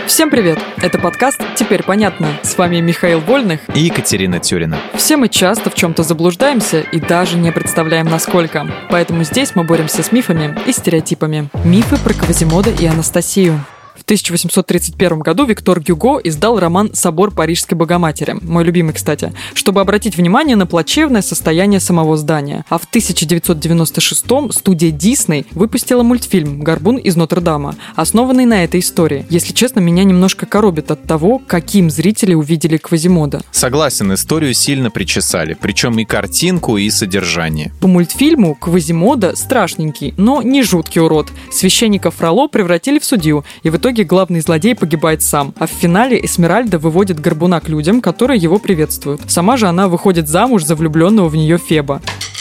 Всем привет! Это подкаст «Теперь понятно». С вами Михаил Вольных и Екатерина Тюрина. Все мы часто в чем-то заблуждаемся и даже не представляем, насколько. Поэтому здесь мы боремся с мифами и стереотипами. Мифы про Квазимода и Анастасию. В 1831 году Виктор Гюго издал роман «Собор Парижской Богоматери», мой любимый, кстати, чтобы обратить внимание на плачевное состояние самого здания. А в 1996-м студия Дисней выпустила мультфильм «Горбун из Нотр-Дама», основанный на этой истории. Если честно, меня немножко коробит от того, каким зрители увидели Квазимода. Согласен, историю сильно причесали, причем и картинку, и содержание. По мультфильму Квазимода страшненький, но не жуткий урод. Священника Фроло превратили в судью, и в итоге главный злодей погибает сам. А в финале Эсмеральда выводит Горбуна к людям, которые его приветствуют. Сама же она выходит замуж за влюбленного в нее Феба.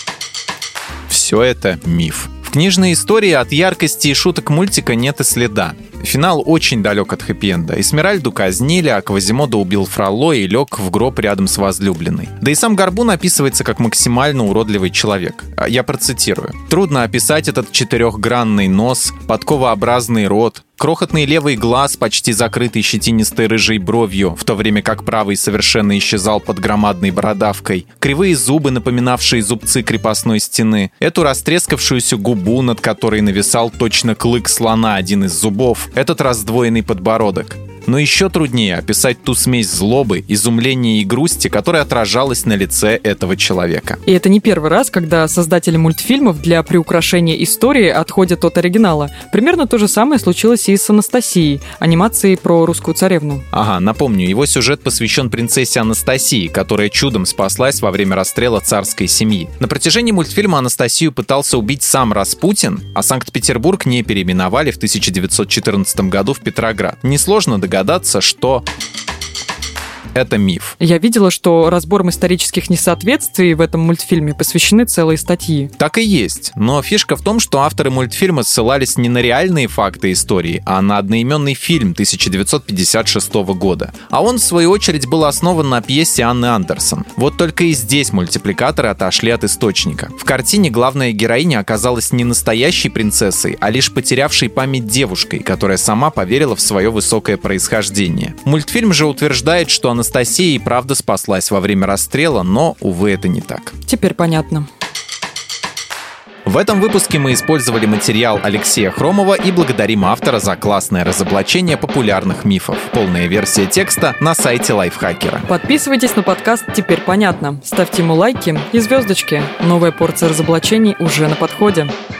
Все это миф. В книжной истории от яркости и шуток мультика нет и следа. Финал очень далек от хэппи-энда. Эсмеральду казнили, а Квазимода убил Фроло и лег в гроб рядом с возлюбленной. Да и сам Горбун описывается как максимально уродливый человек. Я процитирую. «Трудно описать этот четырехгранный нос, подковообразный рот, крохотный левый глаз, почти закрытый щетинистой рыжей бровью, в то время как правый совершенно исчезал под громадной бородавкой, кривые зубы, напоминавшие зубцы крепостной стены, эту растрескавшуюся губу, над которой нависал точно клык слона один из зубов, этот раздвоенный подбородок». Но еще труднее описать ту смесь злобы, изумления и грусти, которая отражалась на лице этого человека. И это не первый раз, когда создатели мультфильмов для приукрашения истории отходят от оригинала. Примерно то же самое случилось и с Анастасией, анимацией про русскую царевну. Ага, напомню, его сюжет посвящен принцессе Анастасии, которая чудом спаслась во время расстрела царской семьи. На протяжении мультфильма Анастасию пытался убить сам Распутин, а Санкт-Петербург не переименовали в 1914 году в Петроград. Несложно догадаться, что это миф. Я видела, что разбором исторических несоответствий в этом мультфильме посвящены целые статьи. Так и есть. Но фишка в том, что авторы мультфильма ссылались не на реальные факты истории, а на одноименный фильм 1956 года. А он, в свою очередь, был основан на пьесе Анны Андерсон. Вот только и здесь мультипликаторы отошли от источника. В картине главная героиня оказалась не настоящей принцессой, а лишь потерявшей память девушкой, которая сама поверила в свое высокое происхождение. Мультфильм же утверждает, что Анастасия и правда спаслась во время расстрела, но, увы, это не так. Теперь понятно. В этом выпуске мы использовали материал Алексея Хромова и благодарим автора за классное разоблачение популярных мифов. Полная версия текста на сайте Лайфхакера. Подписывайтесь на подкаст «Теперь понятно». Ставьте ему лайки и звездочки. Новая порция разоблачений уже на подходе.